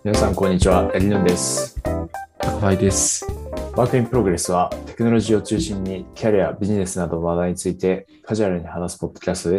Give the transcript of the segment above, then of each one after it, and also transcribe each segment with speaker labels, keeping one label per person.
Speaker 1: 皆さん、こんにちは。エリノンです。
Speaker 2: 高井です。
Speaker 1: ワークインプログレスは、テクノロジーを中心にキャリア、ビジネスなどの話題についてカジュアルに話すポッドキャストです。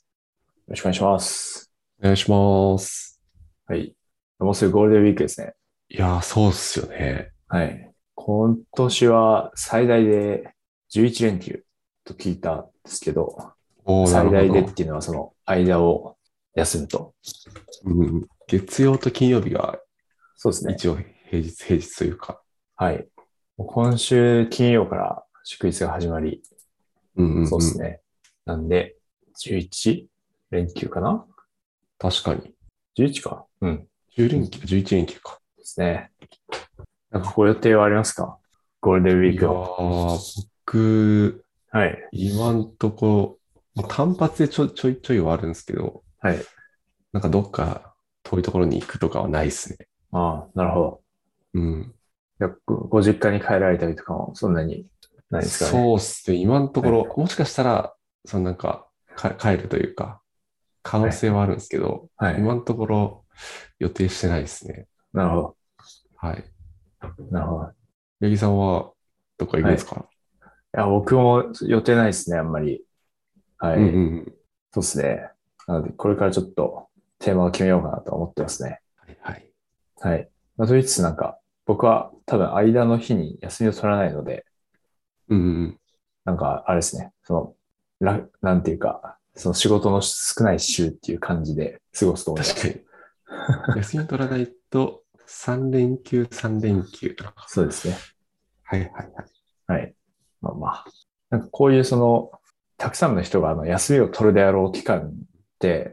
Speaker 1: よろしくお願いします。
Speaker 2: お願いします。
Speaker 1: はい。もうすぐゴールデンウィークですね。
Speaker 2: いやー、そうっすよね。
Speaker 1: はい。今年は最大で11連休と聞いたんですけど、
Speaker 2: おー、な
Speaker 1: 最大でっ
Speaker 2: るほど。
Speaker 1: ていうのはその間を休むと。
Speaker 2: うん、月曜と金曜日が
Speaker 1: そうですね。
Speaker 2: 一応平日というか。
Speaker 1: はい。もう今週金曜から祝日が始まり、
Speaker 2: うんうんうん。
Speaker 1: そうですね。なんで、11連休かな？
Speaker 2: 確かに。
Speaker 1: 11 か。うん。
Speaker 2: 10
Speaker 1: で
Speaker 2: 連休、11連休か。
Speaker 1: すね。なんかご予定はありますか？ゴールデンウィ
Speaker 2: いや
Speaker 1: ークの。
Speaker 2: ー、僕、
Speaker 1: はい。
Speaker 2: 今んとこ、単発でちょいはあるんですけど、
Speaker 1: はい。
Speaker 2: なんかどっか遠いところに行くとかはないっすね。
Speaker 1: ああ、なるほど。
Speaker 2: うん。
Speaker 1: ご実家に帰られたりとかもそんなにないですかね。
Speaker 2: そうっすね。今のと
Speaker 1: はい。
Speaker 2: ころ、もしかしたら、帰るというか、可能
Speaker 1: はい。
Speaker 2: 性はあるんですけど、
Speaker 1: はい。
Speaker 2: 今のところ予定してないですね。
Speaker 1: なるほ
Speaker 2: はい。
Speaker 1: ど。なるほど。
Speaker 2: 八木さんはどっか行くん
Speaker 1: はい。い
Speaker 2: ですか？
Speaker 1: や、僕も予定ないですね、あんまり。は
Speaker 2: うんう
Speaker 1: い。
Speaker 2: んうん。
Speaker 1: そうですね。なので、これからちょっとテーマを決めようかなと思ってますね。
Speaker 2: はいはい。
Speaker 1: はい。まあ、と言いつつ僕は多分間の日に休みを取らないので、
Speaker 2: うんうんうん。
Speaker 1: あれですね。なんていうか、その仕事の少ない週っていう感じで過ごすと思います。
Speaker 2: 確かに。休み取らないと3連休、3連休とか。
Speaker 1: そうですね。
Speaker 2: はいはいはい。
Speaker 1: はい。まあまあ。こういうたくさんの人が休みを取るであろう期間って、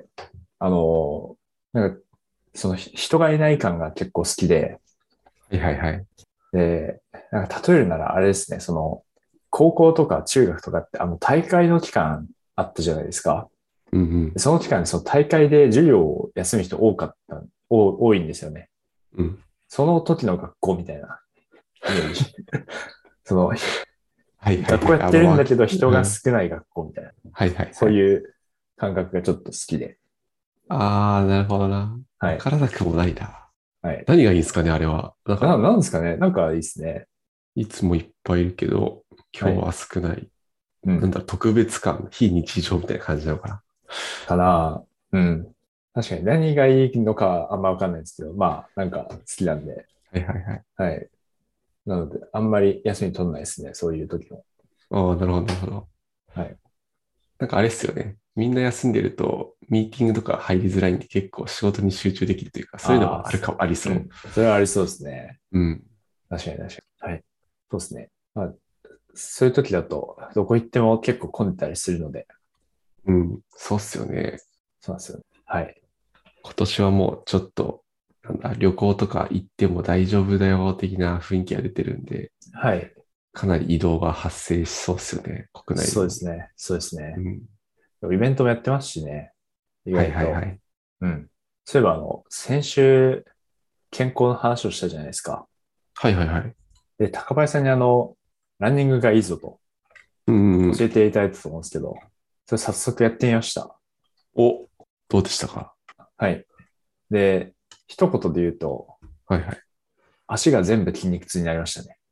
Speaker 1: あの、なんか、その人がいない感が結構好きで、
Speaker 2: はいはいはい。
Speaker 1: で、例えるならあれですね、高校とか中学とかって大会の期間あったじゃないですか。
Speaker 2: うんうん。
Speaker 1: その期間にその大会で授業を休む人多いんですよね。
Speaker 2: うん。
Speaker 1: その時の学校みたいなイメージ。その、
Speaker 2: はいはいはい。
Speaker 1: 学校やってるんだけど人が
Speaker 2: うん。
Speaker 1: 少ない学校みたいな。
Speaker 2: はいはいはい。
Speaker 1: そういう感覚がちょっと好きで。
Speaker 2: あー、なるほどな。
Speaker 1: はい。
Speaker 2: わからなくもないな。
Speaker 1: はい。
Speaker 2: 何がいいんですかね、あれは。
Speaker 1: なんですかね。いいですね。
Speaker 2: いつもいっぱいいるけど、
Speaker 1: はい。
Speaker 2: 今日は少ない。
Speaker 1: うん。
Speaker 2: 特別感、非日常みたいな感じなのかな。
Speaker 1: かな。うん。確かに何がいいのかあんまわかんないですけど、まあ、好きなんで。
Speaker 2: はいはいはい。
Speaker 1: はい。なので、あんまり休み取んないですね。そういう時も。
Speaker 2: ああ、なるほど、なるほど。
Speaker 1: はい。
Speaker 2: なんかあれっすよね。みんな休んでると、ミーティングとか入りづらいんで結構仕事に集中できるというか、そういうの
Speaker 1: ああ、
Speaker 2: はありそ
Speaker 1: うん。それはありそうですね。
Speaker 2: う。うん。
Speaker 1: 確かに確かに。はい。そうですね。まあ、そういう時だと、どこ行っても結構混んでたりするので、
Speaker 2: うん。そうっすよね。
Speaker 1: そうなんですよね。はい。
Speaker 2: 今年はもうちょっと、旅行とか行っても大丈夫だよ的な雰囲気が出てるんで、
Speaker 1: はい。
Speaker 2: かなり移動が発生しそうっすよね。国内で
Speaker 1: そうで
Speaker 2: も。
Speaker 1: すね。そうですね。
Speaker 2: うん。
Speaker 1: イベントもやってますしね。意
Speaker 2: はい
Speaker 1: 外と。
Speaker 2: はいはい。
Speaker 1: うん。そういえば先週、健康の話をしたじゃないですか。
Speaker 2: はいはいはい。
Speaker 1: で、高林さんにランニングがいいぞと
Speaker 2: うんうんうん。
Speaker 1: 教えていただいたと思うんですけど、それ早速やってみました。
Speaker 2: お、どうでしたか？
Speaker 1: はい。で、一言で言うと、
Speaker 2: はいはい。
Speaker 1: 足が全部筋肉痛になりましたね。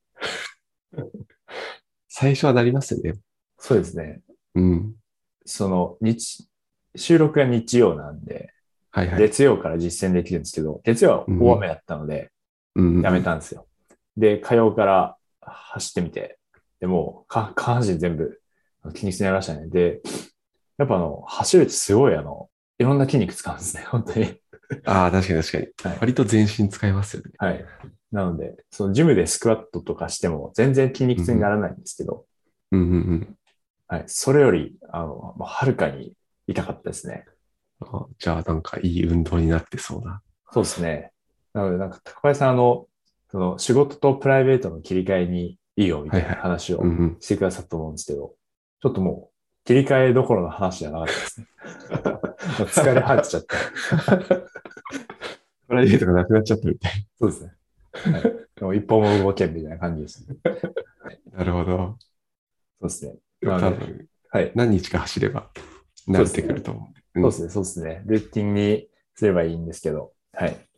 Speaker 2: 最初はなりますよね。
Speaker 1: そうですね。
Speaker 2: うん。
Speaker 1: その、収録が日曜なんで、
Speaker 2: はいはい。
Speaker 1: 月曜から実践できるんですけど、月曜は
Speaker 2: うんうん。
Speaker 1: 大雨だったので、や
Speaker 2: うんうんうん。
Speaker 1: めたんですよ。で、火曜から走ってみて、でも下半身全部筋肉痛になりましたね。で、やっぱ走るってすごいいろんな筋肉使うんですね、本当に。
Speaker 2: ああ、確かに確かに。
Speaker 1: はい。
Speaker 2: 割と全身使いますよね。
Speaker 1: はい。なので、そのジムでスクワットとかしても全然筋肉痛にな
Speaker 2: うん
Speaker 1: らないんですけど、
Speaker 2: うんうんうんうん。
Speaker 1: はい。それより、もうはるかに痛かったですね。
Speaker 2: じゃあなんかいい運動になってそうな。
Speaker 1: そうですね。なので、高林さん、その仕事とプライベートの切り替えにいいよみたいな
Speaker 2: はいはい。
Speaker 1: 話を
Speaker 2: うんうん。
Speaker 1: してくださったと思うんですけど、ちょっともう切り替えどころの話じゃなかったですね。もう疲れ果てちゃって。
Speaker 2: プライベートがなくなっちゃったみたい。
Speaker 1: そうですね。はい。もう一歩も動けんみたいな感じですね。
Speaker 2: なるほど。
Speaker 1: そうですね。
Speaker 2: でも
Speaker 1: なので、
Speaker 2: 多分、
Speaker 1: はい。
Speaker 2: 何日か走れば慣れて
Speaker 1: そうですね。
Speaker 2: くると思う。うん。
Speaker 1: そうですね。そうですね。ルーティンにすればいいんですけど、はい。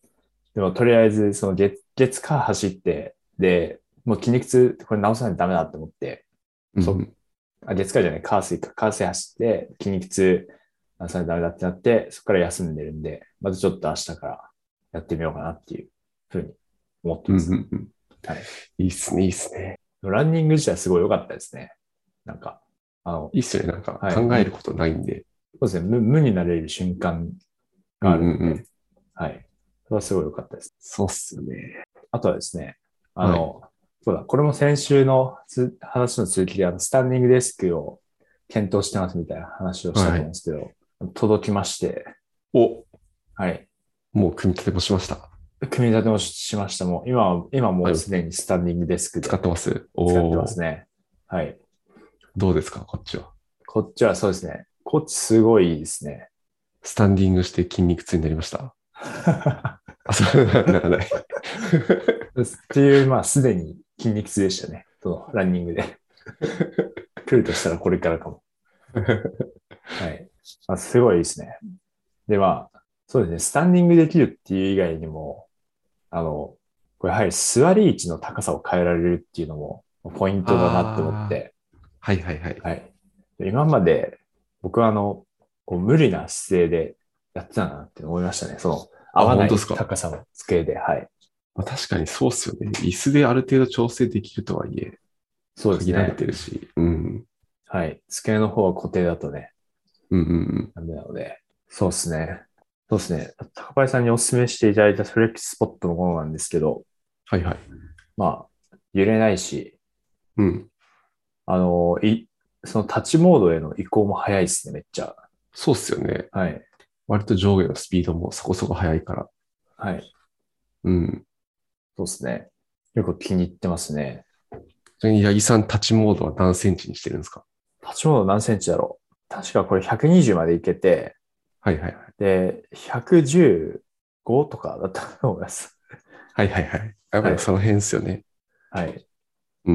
Speaker 1: でもとりあえずその月火走って、で、もう筋肉痛、これ直さないとダメだって思って、月火じゃない、火水走って、筋肉痛直さないとダメだってなって、そこから休んでるんで、まずちょっと明日からやってみようかなっていうふうに思って
Speaker 2: うん
Speaker 1: ます。
Speaker 2: うんうん。
Speaker 1: はい。
Speaker 2: いいっすね、いいっすね。
Speaker 1: ランニング自体すごい良かったですね。なんか、
Speaker 2: いいっすよね。なんか
Speaker 1: はい。
Speaker 2: 考えることないんで。
Speaker 1: そうですね。無になれる瞬間
Speaker 2: うん
Speaker 1: があるので、
Speaker 2: うんうん。
Speaker 1: はい。それはすごい良かったです。
Speaker 2: そうっすよね。
Speaker 1: あとはですね、
Speaker 2: はい。
Speaker 1: そうだ、これも先週の話の続きで、スタンディングデスクを検討してますみたいな話をしたと思うん
Speaker 2: はい。
Speaker 1: ですけど、届きまして、
Speaker 2: お、
Speaker 1: はい。
Speaker 2: もう組み立てもしました。
Speaker 1: 組み立てもしました。もう、今も
Speaker 2: はい。
Speaker 1: うすでにスタンディングデスク
Speaker 2: 使っ
Speaker 1: で
Speaker 2: てます。
Speaker 1: 使ってます
Speaker 2: おー、
Speaker 1: ね。はい。
Speaker 2: どうですか、こっちは。
Speaker 1: こっちはそうですね。こっちすごいいいですね。
Speaker 2: スタンディングして筋肉痛になりました。あ、そうならない。
Speaker 1: っていう、まあ、すでに筋肉痛でしたね。そのランニングで。来るとしたらこれからかも。はい。まあ、すごいですね。で、まあ、そうですね。スタンディングできるっていう以外にも、これやはり座り位置の高さを変えられるっていうのもポイントだなって思っ
Speaker 2: あ
Speaker 1: て、
Speaker 2: あ、はいはいはい。
Speaker 1: はい。で今まで僕はこう無理な姿勢でやってたなって思いましたね。その合
Speaker 2: あ、
Speaker 1: わない
Speaker 2: 本当ですか。
Speaker 1: 高さの机で、はい。
Speaker 2: まあ、確かにそうっすよね。椅子である程度調整できるとはいえ、限られ
Speaker 1: そうですね。
Speaker 2: てるし。うん。
Speaker 1: はい。机の方は固定だとね、
Speaker 2: うんうんうん。
Speaker 1: ダメなので、そうですね。そうですね。高林さんにお勧めしていただいたフレックススポットのものなんですけど、
Speaker 2: はいはい。
Speaker 1: まあ、揺れないし、
Speaker 2: うん。
Speaker 1: あの、い、そのタッチモードへの移行も早いですね、めっちゃ。
Speaker 2: そうっすよね。
Speaker 1: はい。
Speaker 2: 割と上下のスピードもそこそこ速いから。
Speaker 1: はい。
Speaker 2: うん。
Speaker 1: そうですね。結構気に入ってますね。
Speaker 2: ちなみに八木さんタッチモードは何センチにしてるんですか？
Speaker 1: タッチモード何センチだろう。確かこれ120までいけて、
Speaker 2: はいはいはい。
Speaker 1: で、115とかだったと思います。
Speaker 2: はいはいはい。やっぱ
Speaker 1: はい。
Speaker 2: りその辺ですよね。
Speaker 1: はい。
Speaker 2: うん。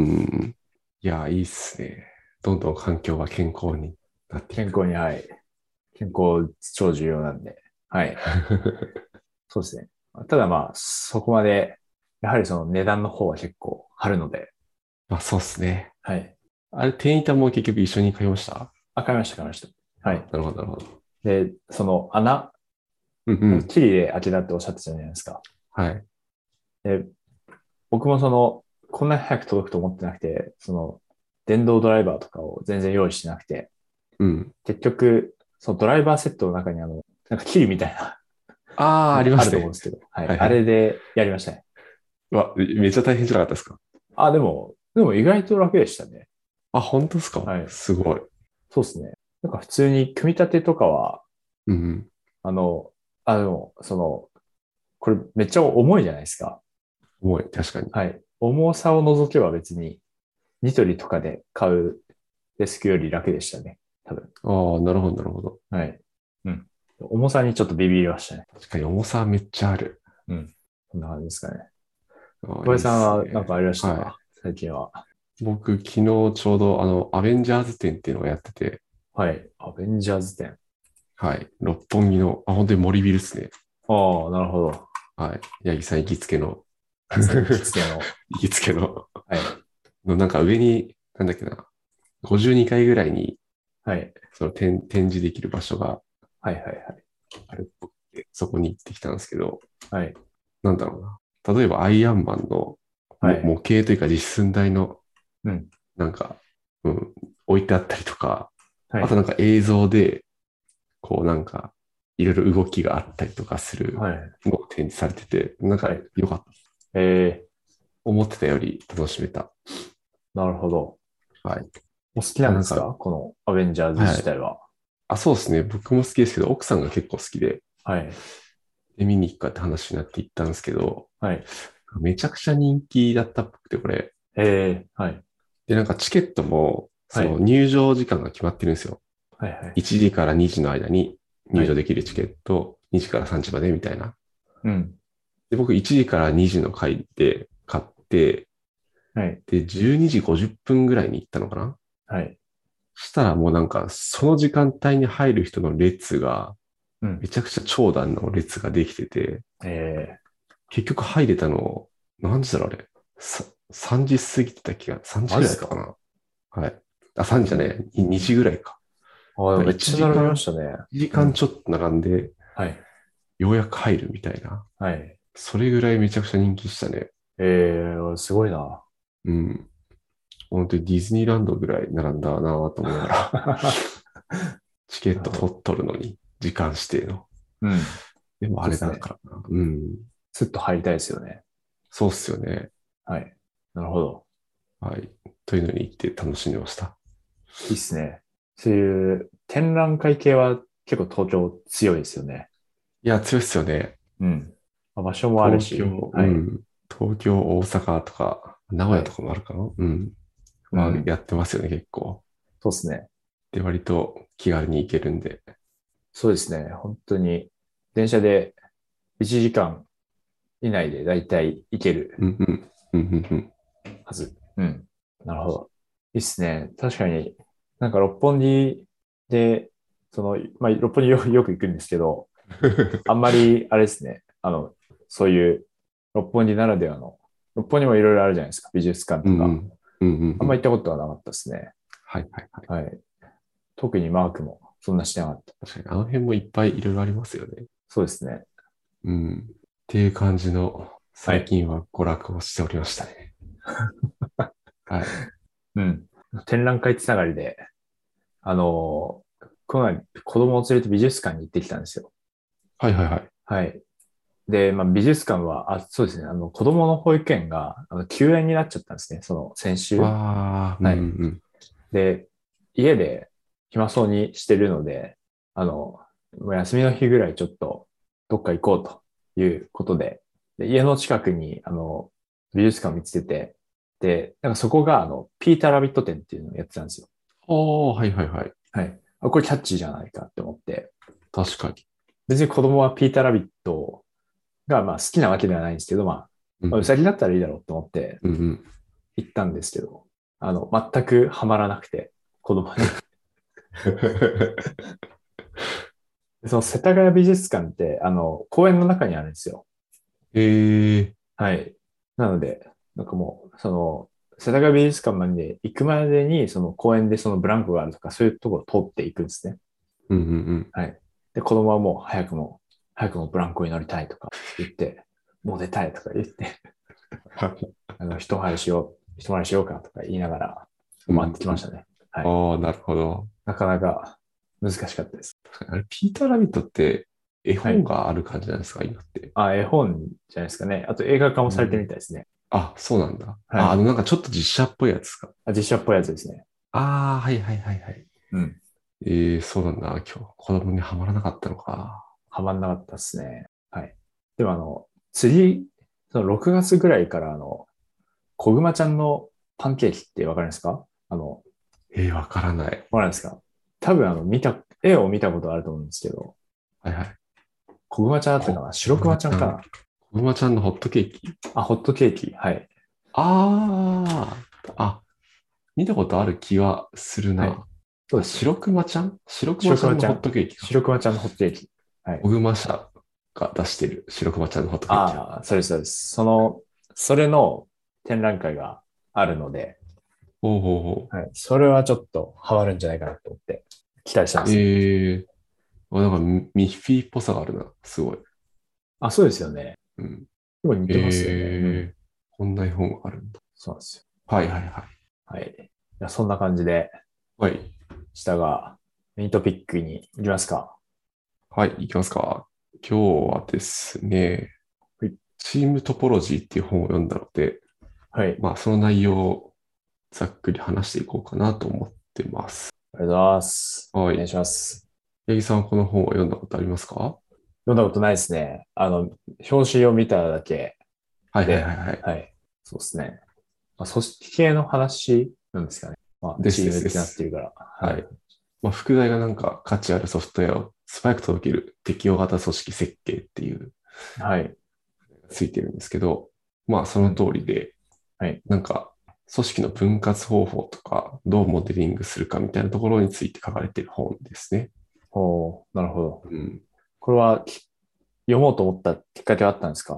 Speaker 2: いや、いいっすね。どんどん環境が健康になっていく。
Speaker 1: 健康に、はい。健康超重要なんで。はい。そうですね。ただまあ、そこまで、やはりその値段の方は結構張るので、
Speaker 2: まあそうっすね。
Speaker 1: はい。
Speaker 2: あれ、店員さんも結局一緒に買いました？
Speaker 1: あ、買いました、買いました。は
Speaker 2: あ、
Speaker 1: い。
Speaker 2: なるほど、なるほど。
Speaker 1: で、その穴、
Speaker 2: うんうん。
Speaker 1: キリで開けたっておっしゃってたじゃないですか。
Speaker 2: はい。
Speaker 1: で、僕もこんなに早く届くと思ってなくて、電動ドライバーとかを全然用意してなくて、
Speaker 2: うん。
Speaker 1: 結局、そのドライバーセットの中になんかキリみたいな
Speaker 2: ああ、あ
Speaker 1: のがある
Speaker 2: りますね。
Speaker 1: と思うんですけど、はい。あ
Speaker 2: はいはい。
Speaker 1: れでやりましたね。
Speaker 2: うわ、めっちゃ大変じゃなかったですか？
Speaker 1: あ、でも意外と楽でしたね。
Speaker 2: あ、本当ですか？
Speaker 1: はい。
Speaker 2: すごい。
Speaker 1: そうですね。なんか普通に組み立てとかは、
Speaker 2: うんうん。
Speaker 1: あの、でも、これめっちゃ重いじゃないですか。
Speaker 2: 重い、確かに。
Speaker 1: はい。重さを除けば別に、ニトリとかで買うデスクより楽でしたね。多分。
Speaker 2: ああ、なるほど、なるほど。
Speaker 1: はい。うん。重さにちょっとビビりましたね。
Speaker 2: 確かに重さめっちゃある。
Speaker 1: うん。こんな感じですかね。
Speaker 2: ああ、
Speaker 1: 小林
Speaker 2: いいっ
Speaker 1: さんは何
Speaker 2: すね。
Speaker 1: かありました
Speaker 2: はい。
Speaker 1: か最近は？
Speaker 2: 僕、昨日ちょうどアベンジャーズ展っていうのをやってて、
Speaker 1: はい。アベンジャーズ展。
Speaker 2: はい。六本木の、本当に森ビルですね。
Speaker 1: ああ、なるほど。
Speaker 2: はい。八木さん行きつけの
Speaker 1: 行きつけの。
Speaker 2: 行きつけの
Speaker 1: はい。
Speaker 2: なんか上に、なんだっけな、52階ぐらいに、
Speaker 1: はい。
Speaker 2: その展示できる場所が
Speaker 1: はいはいはい。
Speaker 2: あるっぽくて、そこに行ってきたんですけど、
Speaker 1: はい。
Speaker 2: なんだろうな。例えばアイアンマンの
Speaker 1: はい。
Speaker 2: 模型というか実寸大の
Speaker 1: うん。
Speaker 2: なんか、うん、置いてあったりとか、
Speaker 1: はい。
Speaker 2: あとなんか映像で、こうなんか、いろいろ動きがあったりとかする
Speaker 1: はい。
Speaker 2: のが展示されてて、なんか
Speaker 1: はい。
Speaker 2: 良かった。
Speaker 1: え
Speaker 2: 思ってたより楽しめた。
Speaker 1: なるほど。
Speaker 2: はい。
Speaker 1: お好きなんです
Speaker 2: なんか、
Speaker 1: かこのアベンジャーズ
Speaker 2: はい。
Speaker 1: 自体は？
Speaker 2: あ、そうですね。僕も好きですけど、奥さんが結構好きで、
Speaker 1: はい。
Speaker 2: で、見に行くかって話になって行ったんですけど、
Speaker 1: はい。
Speaker 2: めちゃくちゃ人気だったっぽくて、これ。
Speaker 1: はい。
Speaker 2: で、なんかチケットも、その
Speaker 1: はい。
Speaker 2: 入場時間が決まってるんですよ。
Speaker 1: はい。はい。
Speaker 2: 1時から2時の間に入場
Speaker 1: はい。
Speaker 2: できるチケット、2時から3時までみたいな。
Speaker 1: うん。
Speaker 2: で、僕1時から2時の回で買って、
Speaker 1: はい。
Speaker 2: で、12時50分ぐらいに行ったのかな。
Speaker 1: はい。
Speaker 2: そしたらもうなんか、その時間帯に入る人の列が、
Speaker 1: うん。
Speaker 2: めちゃくちゃ長蛇の列ができてて、
Speaker 1: え
Speaker 2: 結局入れたの、何時だろう、あれ。3時過ぎてた気が、3時ぐらいだったかな。はい。あ、3時じゃねえ、2時ぐらいか。
Speaker 1: ああ、めっ
Speaker 2: 1
Speaker 1: ちゃ並びま
Speaker 2: 時間、
Speaker 1: したね。
Speaker 2: 1時
Speaker 1: うん。
Speaker 2: 間ちょっと並んで、
Speaker 1: はい。
Speaker 2: ようやく入るみたいな。
Speaker 1: はい。
Speaker 2: それぐらいめちゃくちゃ人気したね。
Speaker 1: すごいな。
Speaker 2: うん。本当にディズニーランドぐらい並んだなと思いながら、チケット
Speaker 1: なるほど。
Speaker 2: 取るのに、時間指定の。
Speaker 1: うん。
Speaker 2: でもあれ
Speaker 1: そうですね。
Speaker 2: だからな。うん。
Speaker 1: スッと入りたいですよね。
Speaker 2: そうっすよね。
Speaker 1: はい。なるほど。
Speaker 2: はい。というのに行って楽しんでました。
Speaker 1: いいっすね。そういう展覧会系は結構東京強いですよね。
Speaker 2: いや、強いっすよね。
Speaker 1: うん。まあ場所もあるし、
Speaker 2: 東京、う
Speaker 1: はい。
Speaker 2: ん。東京、大阪とか、名古
Speaker 1: はい。
Speaker 2: 屋とかもあるかな。うん。は
Speaker 1: うん。
Speaker 2: やってますよね、結構。
Speaker 1: そうですね。
Speaker 2: で、割と気軽に行けるんで。
Speaker 1: そうですね。本当に、電車で1時間以内でだいたい行ける
Speaker 2: うんうん。うんうんうん。
Speaker 1: はず。うん。なるほど。いいっすね。確かに、なんか六本木で、まあ、六本木よく行くんですけど、あんまり、あれですね。そういう六本木ならではの、六本木もいろいろあるじゃないですか。美術館とか。
Speaker 2: うんうん。うんうん
Speaker 1: あんま行っ
Speaker 2: うん。
Speaker 1: たことはなかったですね。
Speaker 2: はいはいはい。
Speaker 1: はい。特にマークもそんなしてなかった。
Speaker 2: 確かに、あの辺もいっぱいいろいろありますよね。
Speaker 1: そうですね。
Speaker 2: うん。っていう感じの、
Speaker 1: はい。
Speaker 2: 最近は娯楽をしておりましたね。はい。
Speaker 1: うん。展覧会つながりで、この前子供を連れて美術館に行ってきたんですよ。
Speaker 2: はいはいはい。
Speaker 1: はい。で、まあ、美術館は、そうですね。子供の保育園が、休園になっちゃったんですね。その、先週。
Speaker 2: ああ、うん
Speaker 1: はい。
Speaker 2: うん
Speaker 1: で、家で暇そうにしてるので、もう休みの日ぐらいちょっと、どっか行こうということで、家の近くに、美術館を見つけて、で、なんかそこが、ピーターラビット展っていうのをやってたんですよ。
Speaker 2: うん。ああ、はいはいはい。
Speaker 1: はい。これキャッチーじゃないかって思って、
Speaker 2: 確かに。
Speaker 1: 別に子供はピーターラビットが、まあ、好きなわけではないんですけど、まあ、う
Speaker 2: うん
Speaker 1: さぎだったらいいだろうと思って
Speaker 2: うん。うんうん。
Speaker 1: 行ったんですけど、全くハマらなくて、子供に。その世田谷美術館って、公園の中にあるんですよ。
Speaker 2: ええ、
Speaker 1: はい。なので、なんかもう、世田谷美術館まで行くまでに、その公園でそのブランコがあるとか、そういうところを通っていくんですね。
Speaker 2: うんうんうん。
Speaker 1: はい。で、子供はもう早くもブランコに乗りたいとか言って、もう出たいとか言って、一回りしようかとか言いながら回って
Speaker 2: うんうん。
Speaker 1: きましたね。はい。
Speaker 2: ああ、なるほど。
Speaker 1: なかなか難しかったです。
Speaker 2: あれ、ピーターラビットって絵
Speaker 1: はい。
Speaker 2: 本がある感じなんですか、今って。
Speaker 1: 絵本じゃないですかね。あと映画化もされて
Speaker 2: うん。
Speaker 1: みたいですね。
Speaker 2: あ、そうなんだ。あ、
Speaker 1: はい。
Speaker 2: なんかちょっと実写っぽいやつですか。
Speaker 1: 実写っぽいやつですね。
Speaker 2: ああ、はいはいはいはい。
Speaker 1: うん。
Speaker 2: そうなんだ。今日、子供にはまらなかったのか。
Speaker 1: はまんなかったですね。はい。でも次、その6月ぐらいから小熊ちゃんのパンケーキってわかるんですか？
Speaker 2: わからない。
Speaker 1: わかるんですか？多分絵を見たことあると思うんですけど、
Speaker 2: はいはい。
Speaker 1: 小熊ちゃんだったかな？白熊ちゃんかな？
Speaker 2: 子熊ちゃんのホットケーキ。
Speaker 1: ホットケーキ。はい。
Speaker 2: ああ、見たことある気はする
Speaker 1: はい。
Speaker 2: な。
Speaker 1: そうですね。
Speaker 2: 白熊ちゃん白熊ちゃんのホッ
Speaker 1: 白熊ちゃん。
Speaker 2: トケーキか。
Speaker 1: 白熊ちゃんのホットケーキ。はい。
Speaker 2: 小熊社が出してる白熊ちゃんのホットケーキだ。
Speaker 1: そうです、そうです。それの展覧会があるので、
Speaker 2: ほうほうほ
Speaker 1: はい。それはちょっとハマるんじゃないかなと思って期待してま
Speaker 2: う。
Speaker 1: すね。
Speaker 2: なんかミッフィーっぽさがあるな。すごい。
Speaker 1: そうですよね。
Speaker 2: うん。
Speaker 1: でも似てますよね。うん。
Speaker 2: こんな絵本があるんだ。
Speaker 1: そうなんですよ。
Speaker 2: はいはいはい。
Speaker 1: はい。いや、そんな感じで
Speaker 2: はい。
Speaker 1: したが、メイントピックに行きますか。
Speaker 2: はい、いきますか。今日はですね、
Speaker 1: はい。
Speaker 2: チームトポロジーっていう本を読んだので、
Speaker 1: はい。
Speaker 2: まあその内容をざっくり話していこうかなと思ってます。
Speaker 1: ありがとうございます。
Speaker 2: はい。
Speaker 1: お願いします。
Speaker 2: 八木さんはこの本を読んだことありますか？
Speaker 1: 読んだことないですね。表紙を見ただけ
Speaker 2: はいはいは
Speaker 1: で、
Speaker 2: いはい。
Speaker 1: はい。そうですね。組織系の話なんですかね。
Speaker 2: ですです
Speaker 1: チームってなって
Speaker 2: です。
Speaker 1: るから。はい。
Speaker 2: はい。副題がなんか価値あるソフトウェアを素早く届ける適用型組織設計っていう
Speaker 1: はい。
Speaker 2: ついてるんですけど、その
Speaker 1: うん。
Speaker 2: 通りで、
Speaker 1: はい。
Speaker 2: なんか組織の分割方法とかどうモデリングするかみたいなところについて書かれている本ですね。
Speaker 1: なるほど。
Speaker 2: うん。
Speaker 1: これは読もうと思ったきっかけはあったんですか？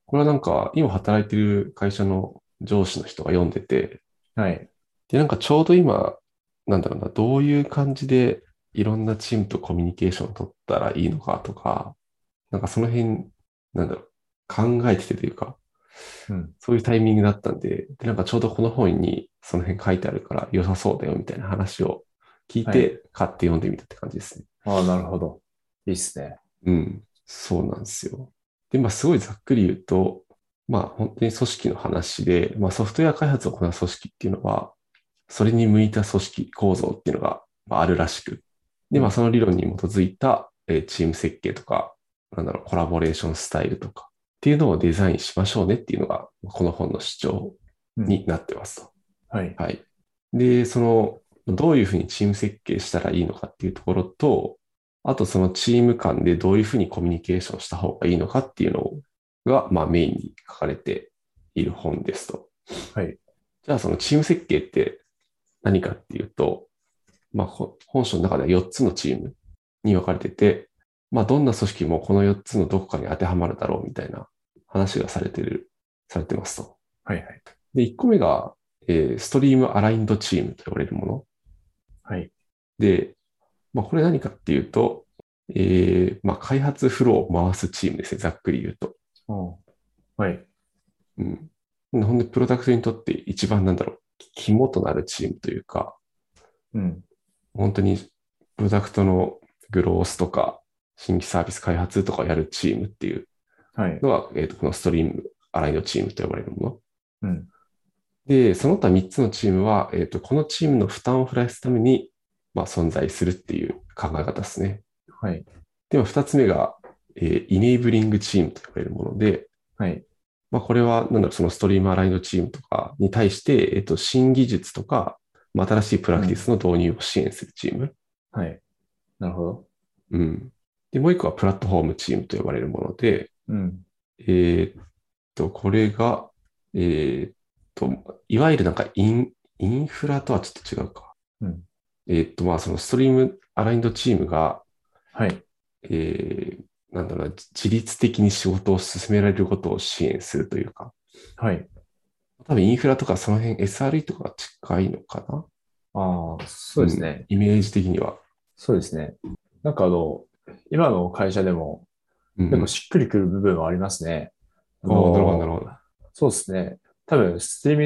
Speaker 2: これはなんか今働いてる会社の上司の人が読んでて、
Speaker 1: はい。
Speaker 2: で、なんかちょうど今、なんだろうな、どういう感じでいろんなチームとコミュニケーションを取ったらいいのかとか、なんかその辺、なんだろう、考えててというか、
Speaker 1: うん。
Speaker 2: そういうタイミングだったんで、で、なんかちょうどこの本にその辺書いてあるから良さそうだよみたいな話を聞い
Speaker 1: はい。
Speaker 2: て買って読んでみたって感じですね。
Speaker 1: ああ、なるほど。いいっすね。
Speaker 2: うん、そうなんですよ。で、まあすごいざっくり言うと、まあ本当に組織の話で、まあソフトウェア開発を行う組織っていうのは、それに向いた組織構造っていうのがまああるらしく、で、まあ
Speaker 1: うん。
Speaker 2: その理論に基づいたチーム設計とか、なんだろう、コラボレーションスタイルとかっていうのをデザインしましょうねっていうのが、この本の主張
Speaker 1: うん。
Speaker 2: になってますと。
Speaker 1: はい。
Speaker 2: はい。で、どういうふうにチーム設計したらいいのかっていうところと、あとそのチーム間でどういうふうにコミュニケーションした方がいいのかっていうのが、まあメインに書かれている本ですと。
Speaker 1: はい。
Speaker 2: じゃあそのチーム設計って何かっていうと、まあ本書の中では4つのチームに分かれてて、まあどんな組織もこの4つのどこかに当てはまるだろうみたいな話がされてますと。
Speaker 1: はい。はい。
Speaker 2: で、1個目が、ストリームアラインドチームと呼ばれるもの。
Speaker 1: はい。
Speaker 2: で、まあ、これ何かっていうと、まあ、開発フローを回すチームですね。ざっくり言うと。
Speaker 1: おーはい。
Speaker 2: うん。ほんで、プロダクトにとって一番なんだろう、肝となるチームというか、
Speaker 1: うん。
Speaker 2: 本当にプロダクトのグロースとか、新規サービス開発とかをやるチームっていう
Speaker 1: はい。
Speaker 2: のが、このストリームアラインドチームと呼ばれるもの。
Speaker 1: うん。
Speaker 2: で、その他3つのチームは、このチームの負担を減らすために、まあ、存在するっていう考え方ですね。
Speaker 1: はい。
Speaker 2: では、2つ目が、イネイブリングチームと呼ばれるもので、
Speaker 1: はい。
Speaker 2: まあ、これは、なんだろう、そのストリームアラインドチームとかに対して、新技術とか、まあ、新しいプラクティ
Speaker 1: うん。
Speaker 2: スの導入を支援するチーム。
Speaker 1: はい。なるほど。
Speaker 2: うん。で、もう一個はプラットフォームチームと呼ばれるもので、
Speaker 1: うん。
Speaker 2: これが、えーっいわゆるなんかインフラとはちょっと違うか。
Speaker 1: うん。
Speaker 2: まあ、そのストリームアラインドチームが、
Speaker 1: はい。
Speaker 2: えーなんだろうな、自律的に仕事を進められることを支援するというか、
Speaker 1: はい。
Speaker 2: 多分インフラとかその辺 SRE とかが近いのかな。
Speaker 1: ああ、そ
Speaker 2: うん、
Speaker 1: うですね。
Speaker 2: イメージ的には。
Speaker 1: そうですね。なんか今の会社でも
Speaker 2: うんうん。
Speaker 1: 結構しっくりくる部分はありますね。あ
Speaker 2: ああ、なるほど、なる
Speaker 1: の、
Speaker 2: ほど。
Speaker 1: そうですね。多分、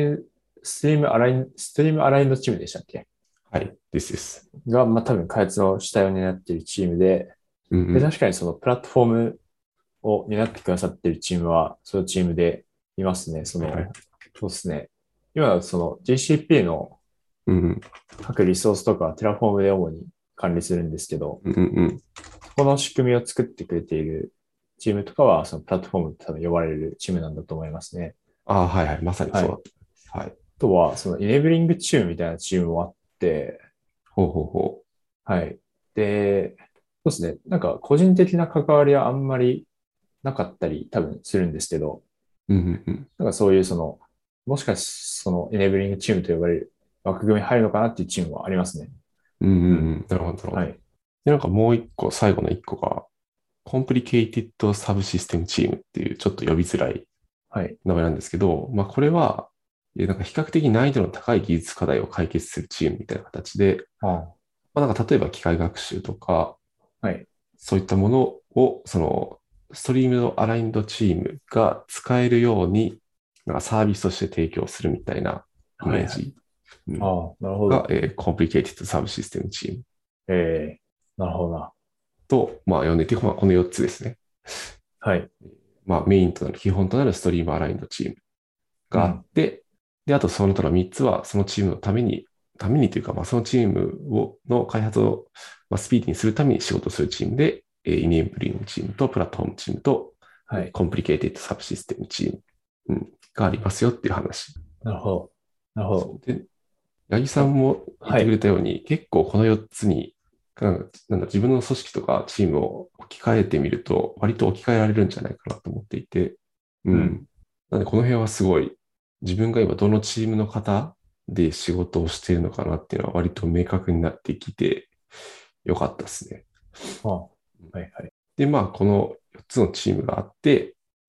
Speaker 1: ストリームアラインドチームでしたっけ
Speaker 2: はい、ですです。
Speaker 1: が、まあ多分開発の主体を担っているチームで、
Speaker 2: うんうん。
Speaker 1: 確かにそのプラットフォームを担ってくださっているチームは、そのチームでいますね。
Speaker 2: はいはい。
Speaker 1: そうですね。今、その GCP の
Speaker 2: うんうん。
Speaker 1: 各リソースとかはテラフォームで主に管理するんですけど、
Speaker 2: うんうんうん。
Speaker 1: そこの仕組みを作ってくれているチームとかは、そのプラットフォームと多分呼ばれるチームなんだと思いますね。
Speaker 2: ああ、はいはい。まさに
Speaker 1: はい。
Speaker 2: そうだった。はい。
Speaker 1: あとは、そのイネブリングチームみたいなチームもあって、
Speaker 2: ほうほうほ
Speaker 1: はい。で、そうですね。なんか個人的な関わりはあんまりなかったり多分するんですけど、
Speaker 2: う。うんうんうん。
Speaker 1: なんかそういうもしかしそのエネブリングチームと呼ばれる枠組みに入るのかなっていうチームはありますね。
Speaker 2: うんうん
Speaker 1: うん。
Speaker 2: うん。なるほど、なるほど。
Speaker 1: はい。
Speaker 2: で、なんかもう一個、最後の一個が、コンプリケイティッドサブシステムチームっていうちょっと呼びづらい
Speaker 1: はい。
Speaker 2: 名前なんですけど、まあこれは、なんか比較的難易度の高い技術課題を解決するチームみたいな形で、
Speaker 1: あ
Speaker 2: まあなんか例えば機械学習とか、
Speaker 1: あ、はい。
Speaker 2: そういったものを、ストリームのアラインドチームが使えるように、なんかサービスとして提供するみたいなイ
Speaker 1: はいはい。
Speaker 2: メージ、うん、
Speaker 1: ああ、なるほ
Speaker 2: が、
Speaker 1: ど。
Speaker 2: コンプリケイティッドサブシステムチーム
Speaker 1: なるほどな。
Speaker 2: と、まあ呼んでいて、まあこの4つですね。
Speaker 1: はい。
Speaker 2: まあメインとなる、基本となるストリームアラインドチームがあっ
Speaker 1: うん。
Speaker 2: て、で、あとその他の3つは、そのチームのためにというか、まあそのチームの開発を、まあ、スピーディーにするために仕事するチームで、イネーブリングチームとプラットフォームチームと、
Speaker 1: はい。
Speaker 2: コンプリケイテッドサブシステムチーム、がありますよっていう話。
Speaker 1: なるほど。なるほど。
Speaker 2: そうで、八木さ
Speaker 1: あ、
Speaker 2: んも言ってくれ
Speaker 1: はい。
Speaker 2: たように、結構この4つに、なんだ自分の組織とかチームを置き換えてみると、割と置き換えられるんじゃないかなと思っていて、う
Speaker 1: うん。
Speaker 2: ん。なので、この辺はすごい、自分が今どのチームの方で仕事をしているのかなっていうのは割と明確になってきてよかったですね。
Speaker 1: あ、はいはい。
Speaker 2: で、まあ、この4つのチームがあって、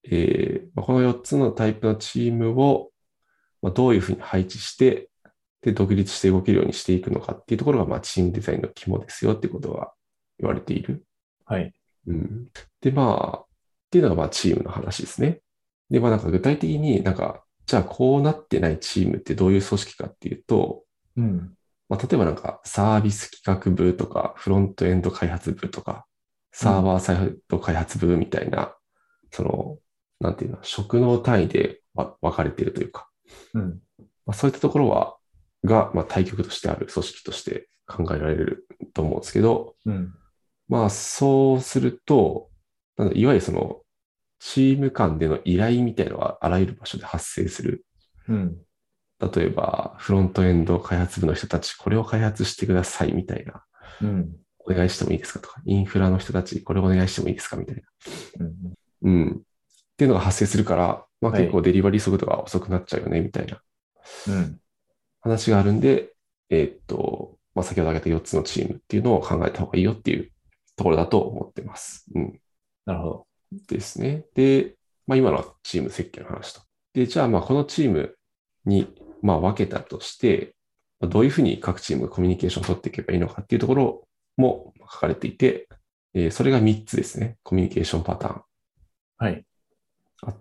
Speaker 2: この4つのタイプのチームを、どういうふうに配置して、で、独立して動けるようにしていくのかっていうところが、チームデザインの肝ですよっていうことが言われている。
Speaker 1: はい。
Speaker 2: うん。で、っていうのがチームの話ですね。で、なんか具体的にじゃあこうなってないチームってどういう組織かっていうと、
Speaker 1: うん。
Speaker 2: 例えばなんかサービス企画部とか、フロントエンド開発部とか、
Speaker 1: うん。
Speaker 2: サーバーサイド開発部みたいな、その、なんていうの、職能単位で分かれているというか、
Speaker 1: うん。
Speaker 2: そういったところ対極としてある組織として考えられると思うんですけど、
Speaker 1: うん。
Speaker 2: そうすると、いわゆるチーム間での依頼みたいなのはあらゆる場所で発生する。
Speaker 1: うん。
Speaker 2: 例えば、フロントエンド開発部の人たち、これを開発してくださいみたいな。
Speaker 1: うん。
Speaker 2: お願いしてもいいですかとか、インフラの人たち、これお願いしてもいいですかみたいな。
Speaker 1: うん。
Speaker 2: うん。っていうのが発生するから、結構
Speaker 1: はい。
Speaker 2: デリバリー速度が遅くなっちゃうよね、みたいな
Speaker 1: うん。
Speaker 2: 話があるんで、先ほど挙げた4つのチームっていうのを考えた方がいいよっていうところだと思ってます。うん。
Speaker 1: なるほど。
Speaker 2: ですね。で、今のはチーム設計の話と。で、じゃあこのチームに分けたとして、どういうふうに各チームがコミュニケーションを取っていけばいいのかっていうところも書かれていて、それが3つですね。コミュニケーションパターン
Speaker 1: はい。
Speaker 2: あって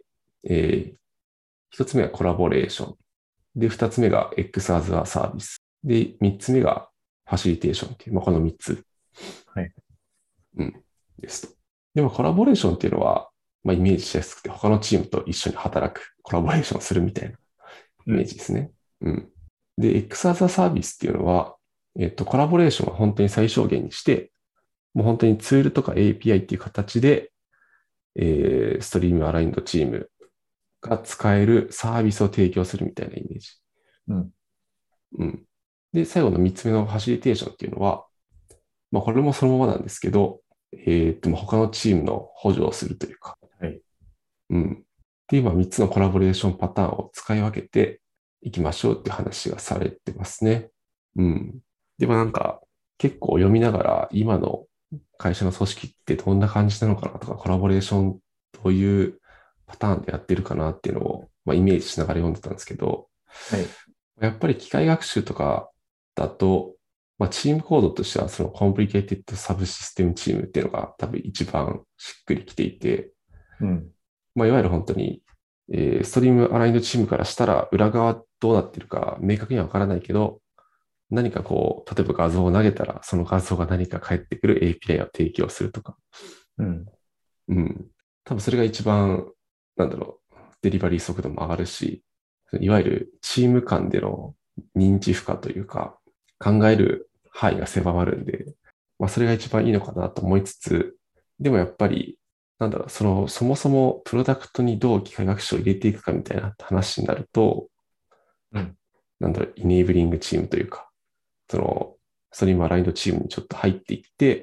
Speaker 2: 、1つ目はコラボレーション。で、2つ目が X as a サービス。で、3つ目がファシリテーションっていう、この3つ、
Speaker 1: はい。
Speaker 2: うん、ですと。でもコラボレーションっていうのは、イメージしやすくて、他のチームと一緒に働く、コラボレーションするみたいなイメー
Speaker 1: うん。
Speaker 2: ジですね。うん。で、X as a サービスっていうのは、コラボレーションは本当に最小限にして、もう本当にツールとか API っていう形で、ストリームアラインドチームが使えるサービスを提供するみたいなイメージ。
Speaker 1: うん。
Speaker 2: うん。で、最後の3つ目のファシリテーションっていうのは、これもそのままなんですけど、他のチームの補助をするというか、
Speaker 1: はい。
Speaker 2: うん。で、今3つのコラボレーションパターンを使い分けていきましょうっていう話がされてますね。うん。でも結構読みながら今の会社の組織ってどんな感じなのかなとか、コラボレーションどういうパターンでやってるかなっていうのを、イメージしながら読んでたんですけど、
Speaker 1: はい。
Speaker 2: やっぱり機械学習とかだと、チームコードとしてはそのコンプリケイテッドサブシステムチームっていうのが多分一番しっくりきていて、
Speaker 1: うん。
Speaker 2: いわゆる本当に、ストリームアラインドチームからしたら裏側どうなってるか明確にはわからないけど、何か例えば画像を投げたらその画像が何か返ってくる API を提供するとか、
Speaker 1: うん。
Speaker 2: うん。多分それが一番、デリバリー速度も上がるし、いわゆるチーム間での認知負荷というか、考える範囲が狭まるんで、それが一番いいのかなと思いつつ、でもやっぱり、そもそもプロダクトにどう機械学習を入れていくかみたいな話になると、
Speaker 1: うん。
Speaker 2: イネーブリングチームというか、その、ストリームアラインドチームにちょっと入っていって、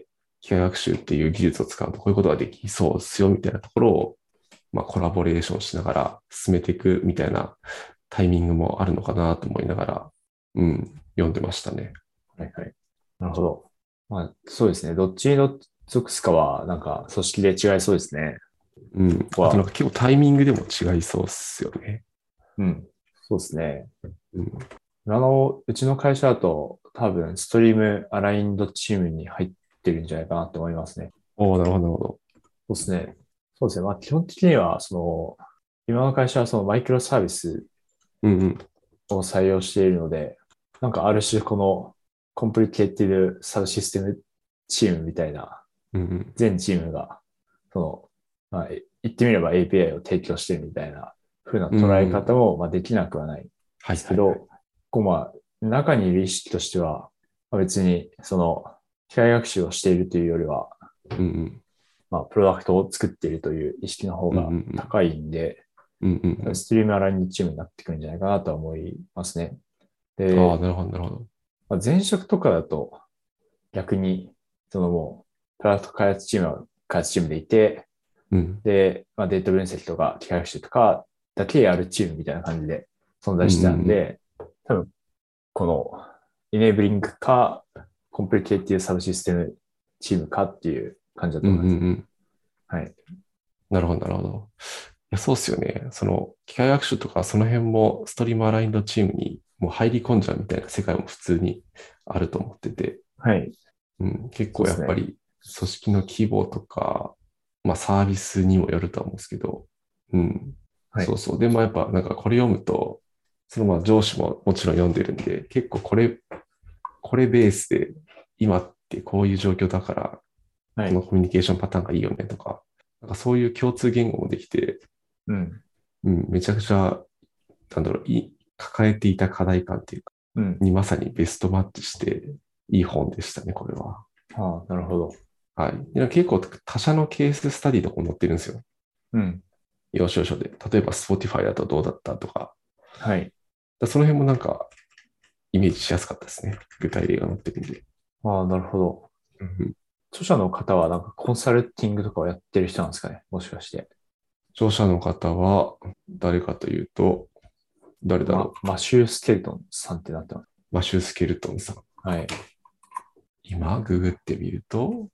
Speaker 2: 機械学習っていう技術を使うとこういうことができそうですよみたいなところを、コラボレーションしながら進めていくみたいなタイミングもあるのかなと思いながら、うん、読んでましたね。
Speaker 1: はいはい。なるほど。そうですね。どっちに属すかは、なんか、組織で違いそうですね。
Speaker 2: うん。あと結構タイミングでも違いそうっすよね。
Speaker 1: うん。そうですね。
Speaker 2: うん。
Speaker 1: うちの会社だと、多分、ストリームアラインドチームに入ってるんじゃないかなと思いますね。
Speaker 2: おー、なるほど、なるほど。
Speaker 1: そうですね。そうですね。基本的には、今の会社はそのマイクロサービス
Speaker 2: うんうん。
Speaker 1: を採用しているので、なんかある種このコンプリケイティブサブシステムチームみたいな
Speaker 2: うんうん。
Speaker 1: 全チームが、言ってみれば API を提供してるみたいな風な
Speaker 2: うんうん。
Speaker 1: 捉え方も、できなくはないんで
Speaker 2: はいはいはい。
Speaker 1: すけど、中にいる意識としては、別に、機械学習をしているというよりは、
Speaker 2: うんうん。
Speaker 1: プロダクトを作っているという意識の方
Speaker 2: うんう
Speaker 1: が
Speaker 2: ん
Speaker 1: 高いんで、
Speaker 2: うん。うんうんうん。
Speaker 1: ストリームアラインドチームになってくるんじゃないかなとは思いますね。
Speaker 2: ああ、
Speaker 1: で、
Speaker 2: なるほど、なるほど。
Speaker 1: 前職とかだと逆に、もう、プロダクト開発チームは開発チームでいて、
Speaker 2: うん。
Speaker 1: で、データ分析とか機械学習とかだけやるチームみたいな感じで存
Speaker 2: うんう
Speaker 1: 在してたん
Speaker 2: ん
Speaker 1: で、多分、この、エネーブリングか、コンプリケイティブサブシステムチームかっていう感じだ
Speaker 2: うん。うんうん
Speaker 1: と思いますね。
Speaker 2: うん。
Speaker 1: はい。
Speaker 2: なるほど、なるほど。いや、そうっすよね。機械学習とかその辺もストリームアラインドチームにもう入り込んじゃうみたいな世界も普通にあると思ってて、
Speaker 1: はい。
Speaker 2: うん、結構
Speaker 1: そうですね。
Speaker 2: やっぱり組織の規模とか、まあサービスにもよるとは思うんですけど、うん、
Speaker 1: はい。
Speaker 2: そうそう。でもやっぱなんかこれ読むと、まあ上司ももちろん読んでるんで、結構これベースで今ってこういう状況だから、
Speaker 1: はい。
Speaker 2: このコミュニケーションパターンがいいよねとか、なんかそういう共通言語もできて、
Speaker 1: うん。
Speaker 2: うん、めちゃくちゃ、なんだろう、抱えていた課題感っていうか、
Speaker 1: うん。
Speaker 2: にまさにベストマッチしていい本でしたね、これは。
Speaker 1: ああ、なるほど。
Speaker 2: はい。いや結構他社のケーススタディとかも載ってるんですよ。
Speaker 1: うん。
Speaker 2: 要所要所で。例えば Spotify だとどうだったとか。
Speaker 1: はい。
Speaker 2: その辺もなんかイメージしやすかったですね。具体例が載ってるんで。
Speaker 1: ああ、なるほど。
Speaker 2: うん、
Speaker 1: 著者の方はなんかコンサルティングとかをやってる人なんですかね、もしかして。
Speaker 2: 著者の方は誰かというと、誰だろ
Speaker 1: マシュー・スケルトンさんってなってます。
Speaker 2: う。マシュー・スケルトンさん。
Speaker 1: はい。
Speaker 2: 今、ググってみると、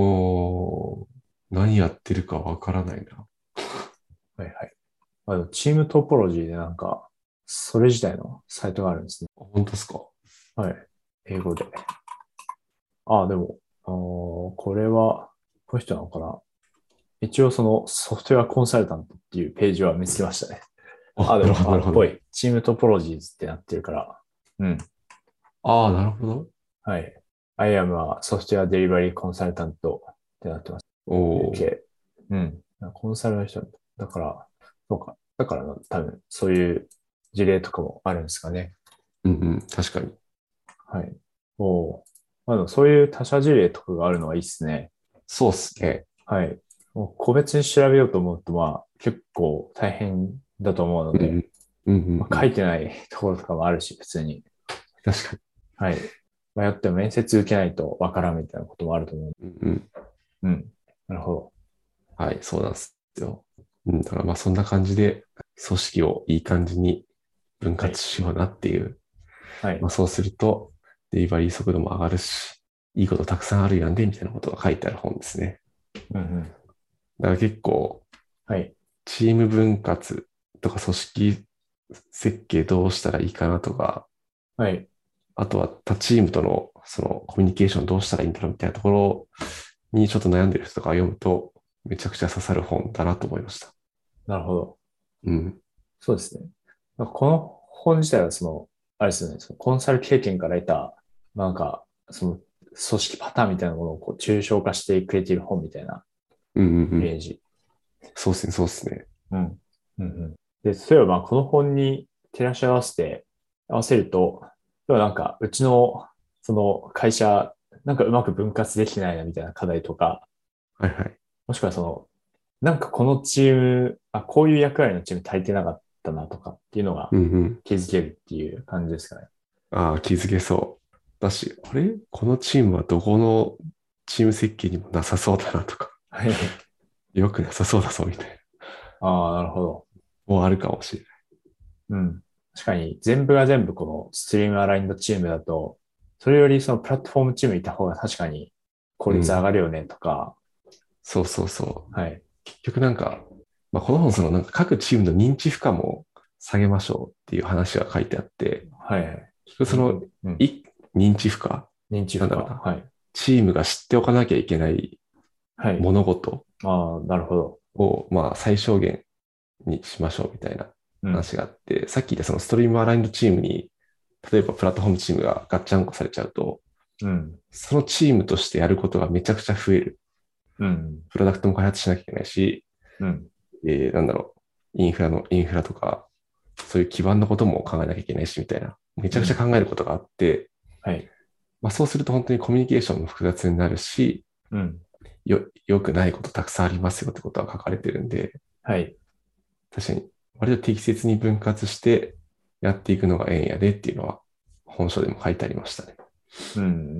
Speaker 2: 何やってるかわからないな。
Speaker 1: はいはい。チームトポロジーでなんか、それ自体のサイトがあるんですね。
Speaker 2: 本当ですか？
Speaker 1: はい。英語で。ああ、でも、これは、この人なのかな。一応そのソフトウェアコンサルタントっていうページは見つけましたね。あ、
Speaker 2: あ、なるほど、な
Speaker 1: でも、
Speaker 2: るほど。
Speaker 1: ぽい。チームトポロジーズってなってるから。うん。
Speaker 2: ああ、なるほど。
Speaker 1: はい。I am a software delivery consultant ってなってます。
Speaker 2: おー。
Speaker 1: UK。うん。コンサルの人だから、そうか。だからな多分、そういう事例とかもあるんですかね。
Speaker 2: うんうん、確かに。
Speaker 1: はい。おー。でもそういう他社事例とかがあるのはいいですね。
Speaker 2: そうっすね。
Speaker 1: はい。もう個別に調べようと思うと、まあ、結構大変だと思うので、
Speaker 2: うんうん。うんうん
Speaker 1: まあ、書
Speaker 2: うん。
Speaker 1: いてないところとかもあるし、普通に。
Speaker 2: 確かに。
Speaker 1: はい。迷っても面接受けないとわからんみたいなこともあると思う。
Speaker 2: うんうん。
Speaker 1: うん。なるほど。
Speaker 2: はい、そうなんですよ。うん、だからまあそんな感じで、組織をいい感じに分
Speaker 1: はい。
Speaker 2: 割しようなっていう。
Speaker 1: はい。
Speaker 2: まあそうすると、デリバリー速度も上がるし、いいことたくさんあるやんで、みたいなことが書いてある本ですね。
Speaker 1: うんうん。
Speaker 2: だから結構、
Speaker 1: はい。
Speaker 2: チーム分割とか組織設計どうしたらいいかなとか、
Speaker 1: はい。
Speaker 2: あとは他チームとのそのコミュニケーションどうしたらいいんだろうみたいなところにちょっと悩んでる人とか読むと、めちゃくちゃ刺さる本だなと思いました。
Speaker 1: なるほど。
Speaker 2: うん。
Speaker 1: そうですね。なんかこの本自体はあれですよね、そのコンサル経験から得た、なんか、その組織パターンみたいなものをこう抽象化してくれている本みたいな
Speaker 2: うんうんうん。
Speaker 1: イメージ。
Speaker 2: そうですね、そうですね。
Speaker 1: うん。うんうん。で、例えばまあこの本に照らし合わせると、例えばなんか、うちの、その会社、なんかうまく分割できてないなみたいな課題とか、
Speaker 2: はいはい。
Speaker 1: もしくはなんかこのチーム、こういう役割のチーム足りてなかったなとかっていうのが
Speaker 2: うんうん。
Speaker 1: 気づけるっていう感じですかね。
Speaker 2: ああ、気づけそう。だし、あれこのチームはどこのチーム設計にもなさそうだなとか、
Speaker 1: はい。
Speaker 2: よくなさそうだぞみたいな。
Speaker 1: ああ、なるほど。
Speaker 2: もうあるかもしれない。
Speaker 1: うん。確かに全部が全部このストリームアラインドチームだと、それよりそのプラットフォームチームいた方が確かに効率上
Speaker 2: うん。
Speaker 1: がるよねとか、
Speaker 2: そうそうそう。
Speaker 1: はい。
Speaker 2: 結局なんか、まあ、この本なんか各チームの認知負荷も下げましょうっていう話が書いてあって、
Speaker 1: はい。
Speaker 2: 結局
Speaker 1: うん。
Speaker 2: い認知負荷
Speaker 1: 認知負荷。
Speaker 2: なんだろうな。
Speaker 1: はい。
Speaker 2: チームが知っておかなきゃいけない
Speaker 1: はい。
Speaker 2: 物事
Speaker 1: ああ、なるほど。
Speaker 2: を、まあ、最小限にしましょうみたいな
Speaker 1: うん。
Speaker 2: 話があって、さっき言ったそのストリームアラインドチームに、例えばプラットフォームチームがガッチャンコされちゃうと、
Speaker 1: うん。
Speaker 2: そのチームとしてやることがめちゃくちゃ増える。
Speaker 1: うん。
Speaker 2: プロダクトも開発しなきゃいけないし、
Speaker 1: うん。
Speaker 2: なんだろう、インフラとか、そういう基盤のことも考えなきゃいけないし、みたいな。めちゃくちゃ
Speaker 1: うん。
Speaker 2: 考えることがあって、
Speaker 1: はい。
Speaker 2: まあそうすると本当にコミュニケーションも複雑になるし、
Speaker 1: うん。
Speaker 2: 良くないことたくさんありますよってことは書かれてるんで、
Speaker 1: はい。
Speaker 2: 確かに割と適切に分割してやっていくのがええんやでっていうのは本書でも書いてありましたね。
Speaker 1: うん。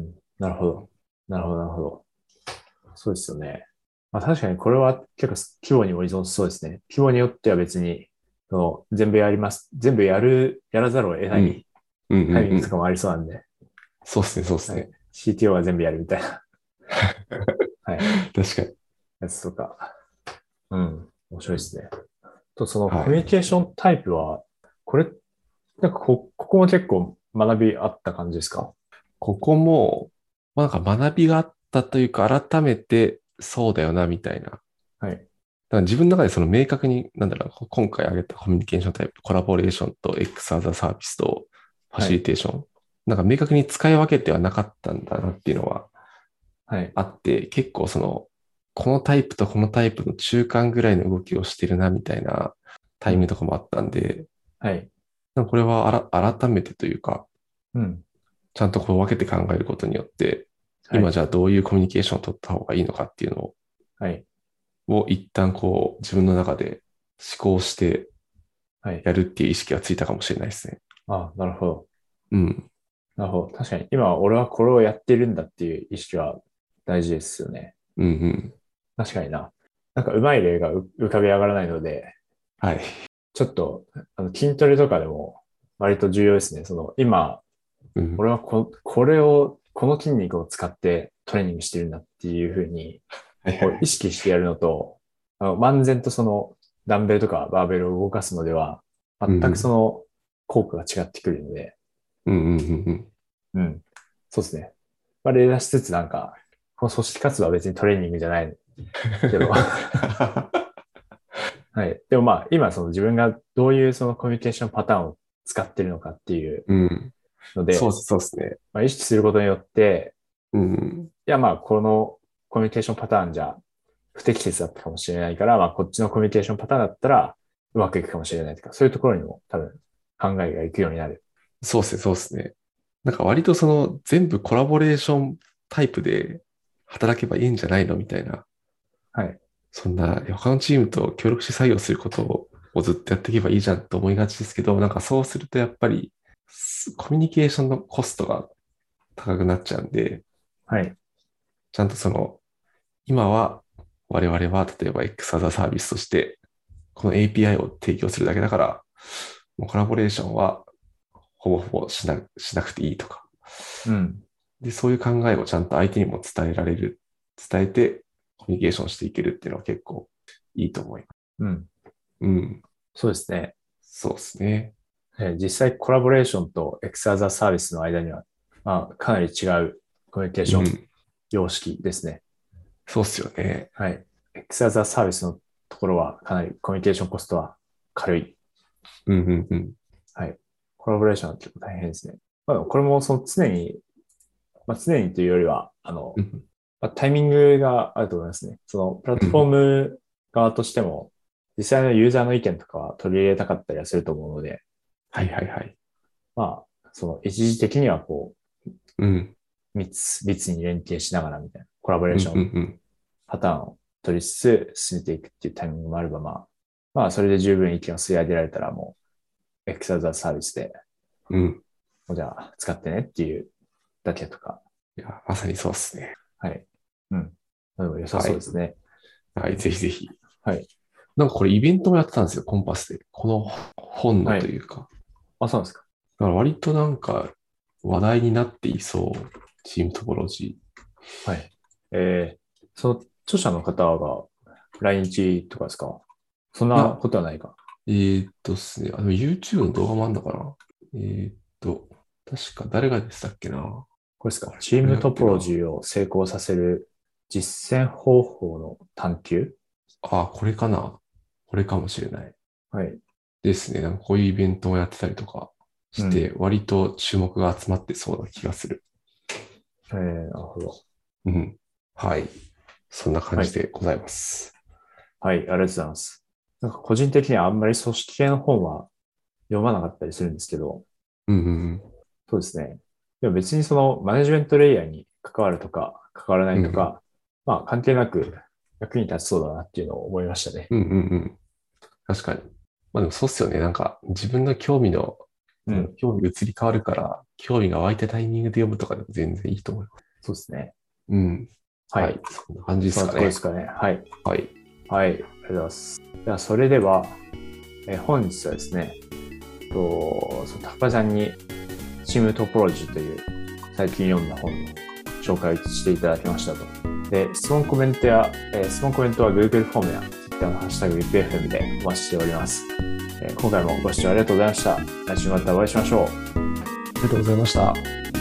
Speaker 1: なるほど。なるほど、なるほど。そうですよね。まあ確かにこれは結構規模にも依存しそうですね。規模によっては別に、全部やります。全部やらざるを得な
Speaker 2: うん。
Speaker 1: い
Speaker 2: うんうん
Speaker 1: タイミン
Speaker 2: うん。
Speaker 1: グとかもありそうなんで、
Speaker 2: そうっすね、そうっす
Speaker 1: はい。
Speaker 2: ね。
Speaker 1: CTO が全部やるみたいな、はい。
Speaker 2: 確かに。
Speaker 1: やつとか。 うん。面白いですね。と、そのコミュニ
Speaker 2: はい。
Speaker 1: ケーションタイプは、これ、なんかここも結構学びあった感じですか？
Speaker 2: ここも、まあ、なんか学びがあったというか、改めてそうだよな、みたいな。だか
Speaker 1: はい。
Speaker 2: ら自分の中でその明確に、なんだろう、今回挙げたコミュニケーションタイプ、コラボレーションと X アザーサービスとファシリ
Speaker 1: はい。
Speaker 2: テーション。なんか明確に使い分けてはなかったんだなっていうのは
Speaker 1: はい。
Speaker 2: あって、結構その、このタイプとこのタイプの中間ぐらいの動きをしてるな、みたいなタイミング
Speaker 1: うん。
Speaker 2: とかもあったんで、
Speaker 1: はい。
Speaker 2: なんかこれは改めてというか、
Speaker 1: うん。
Speaker 2: ちゃんとこう分けて考えることによって、
Speaker 1: はい。
Speaker 2: 今じゃあどういうコミュニケーションを取った方がいいのかっていうの
Speaker 1: はい。
Speaker 2: を一旦こう自分の中で思考して
Speaker 1: はい。
Speaker 2: やるっていう意識がついたかもしれないですね。
Speaker 1: あ、なるほど。
Speaker 2: うん。
Speaker 1: なるほど。確かに、今俺はこれをやってるんだっていう意識は大事ですよね。
Speaker 2: うんうん。
Speaker 1: 確かにな。なんかうまい例が浮かび上がらないので、
Speaker 2: はい。
Speaker 1: ちょっと、筋トレとかでも割と重要ですね。その、今、
Speaker 2: うん。
Speaker 1: 俺はこれを、この筋肉を使ってトレーニングしてるんだっていうふうに、こう意
Speaker 2: はいはい。
Speaker 1: 識してやるのと、漫然とその、ダンベルとかバーベルを動かすのでは、全くそ
Speaker 2: うんうん。
Speaker 1: の効果が違ってくるので、
Speaker 2: うんうんうんうん。
Speaker 1: うん。そうですね。まあ、例出しつつなんか、この組織活動は別にトレーニングじゃないけど、はい。でもまあ、今その自分がどういうそのコミュニケーションパターンを使ってるのかっていう
Speaker 2: うん。
Speaker 1: ので、
Speaker 2: そうですね。
Speaker 1: まあ、意識することによって、
Speaker 2: うん。
Speaker 1: いやまあ、このコミュニケーションパターンじゃ不適切だったかもしれないから、まあ、こっちのコミュニケーションパターンだったらうまくいくかもしれないとか、そういうところにも多分考えがいくようになる。
Speaker 2: そうですね、そうですね。なんか割とその全部コラボレーションタイプで働けばいいんじゃないのみたいな。
Speaker 1: はい。
Speaker 2: そんな他のチームと協力して作業することをずっとやっていけばいいじゃんと思いがちですけど、なんかそうするとやっぱりコミュニケーションのコストが高くなっちゃうんで、
Speaker 1: はい。
Speaker 2: ちゃんとその今は我々は例えば X アザーサービスとしてこの API を提供するだけだから、もうコラボレーションはほぼほぼしなくていいとか。
Speaker 1: うん。
Speaker 2: で、そういう考えをちゃんと相手にも伝えられる、伝えてコミュニケーションしていけるっていうのは結構いいと思います。
Speaker 1: うん。
Speaker 2: うん。
Speaker 1: そうですね。
Speaker 2: そうですね。
Speaker 1: 実際コラボレーションと X アザーサービスの間には、まあ、かなり違うコミュニケーション
Speaker 2: うん。
Speaker 1: 様式ですね。
Speaker 2: そうっすよね。
Speaker 1: はい。X アザーサービスのところはかなりコミュニケーションコストは軽い。
Speaker 2: うん、うん、うん。
Speaker 1: はい。コラボレーションは結構大変ですね。まあ、これもその常に、まあ、常にというよりは、
Speaker 2: うん、
Speaker 1: まあ、タイミングがあると思いますね。そのプラットフォー
Speaker 2: うん。
Speaker 1: ム側としても、実際のユーザーの意見とかは取り入れたかったりはすると思うので、
Speaker 2: はいはいはい。
Speaker 1: まあ、その一時的にはこ
Speaker 2: うん、
Speaker 1: う、密に連携しながらみたいなコラボレー
Speaker 2: うん、
Speaker 1: ション
Speaker 2: うん、うん。
Speaker 1: パターンを取りつつ進めていくっていうタイミングもあれば、まあ、それで十分意見を吸い上げられたらもう、X アザーサービスで、
Speaker 2: うん。
Speaker 1: もうじゃあ使ってねっていうだけとか、
Speaker 2: いや、まさにそうですね。
Speaker 1: はい。うん。でも良さ
Speaker 2: はい。
Speaker 1: そうですね。
Speaker 2: はい、ぜひぜひ。
Speaker 1: はい。
Speaker 2: なんかこれイベントもやってたんですよ、コンパスで。この本の
Speaker 1: はい。
Speaker 2: というか。
Speaker 1: あ、そうなんですか。
Speaker 2: だから割となんか話題になっていそう。チームトポロジ
Speaker 1: はい。その著者の方が来日とかですか？そん
Speaker 2: ー。い
Speaker 1: な
Speaker 2: や、
Speaker 1: ことはないか。
Speaker 2: っすね。YouTube の動画もあるのかな。確か誰がでしたっけな。
Speaker 1: これですか？
Speaker 2: あれ、
Speaker 1: チー
Speaker 2: 誰
Speaker 1: ムトポロ
Speaker 2: だっけな。
Speaker 1: ジーを成功させる実践方法の探求。
Speaker 2: あ、これかな。これかもしれない。
Speaker 1: はい。
Speaker 2: ですね。なんかこういうイベントをやってたりとかして、
Speaker 1: うん。
Speaker 2: 割と注目が集まってそうな気がする。
Speaker 1: なるほど。
Speaker 2: うん。はい。そんな感
Speaker 1: はい。
Speaker 2: じでございます。
Speaker 1: はい。ありがとうございます。なんか個人的にはあんまり組織系の本は読まなかったりするんですけど、
Speaker 2: うんうん
Speaker 1: そうですね。でも別にそのマネジメントレイヤーに関わるとか関わらな
Speaker 2: うん。うんうん。
Speaker 1: いとか、まあ関係なく役に立ちそうだなっていうのを思いましたね。
Speaker 2: うんうんうん。確かに。まあでもそうっすよね。なんか自分の興味の、
Speaker 1: うん。
Speaker 2: 興味移り変わるから、興味が湧いたタイミングで読むとかでも全然いいと思います。
Speaker 1: そうですね。
Speaker 2: うん。はい。
Speaker 1: はい。
Speaker 2: そんな感じで
Speaker 1: そんな
Speaker 2: すかね。
Speaker 1: ところですかね。はい。
Speaker 2: はい。
Speaker 1: はい。ありがとうございます。では、それでは、本日はですね、その高橋さんにチームトポロジーという最近読んだ本の紹介をしていただきましたと。で、質問コメントは Google フォームや Twitter のハッシュタグ WIPFM でお待ちしております。今回もご視聴ありがとうございました。来週またお会いしましょう。
Speaker 2: ありがとうございました。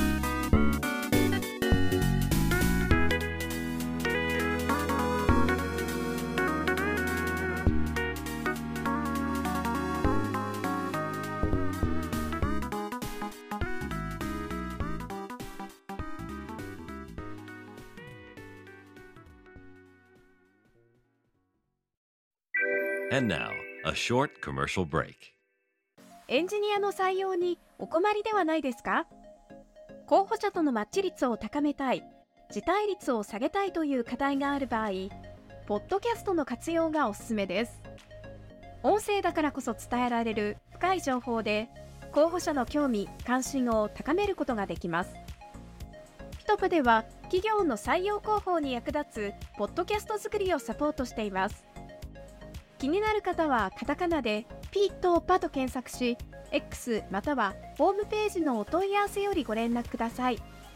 Speaker 3: And now, a short commercial break.
Speaker 4: エンジニアの採用にお困りではないですか？候補者とのマッチ率を高めたい、辞退率を下げたいという課題がある場合、ポッドキャストの活用がおすすめです。音声だからこそ伝えられる深い情報で、候補者の興味・関心を高めることができます。ピトプでは企業の採用広報に役立つポッドキャスト作りをサポートしています。気になる方はカタカナでピとパと検索し、X またはホームページのお問い合わせよりご連絡ください。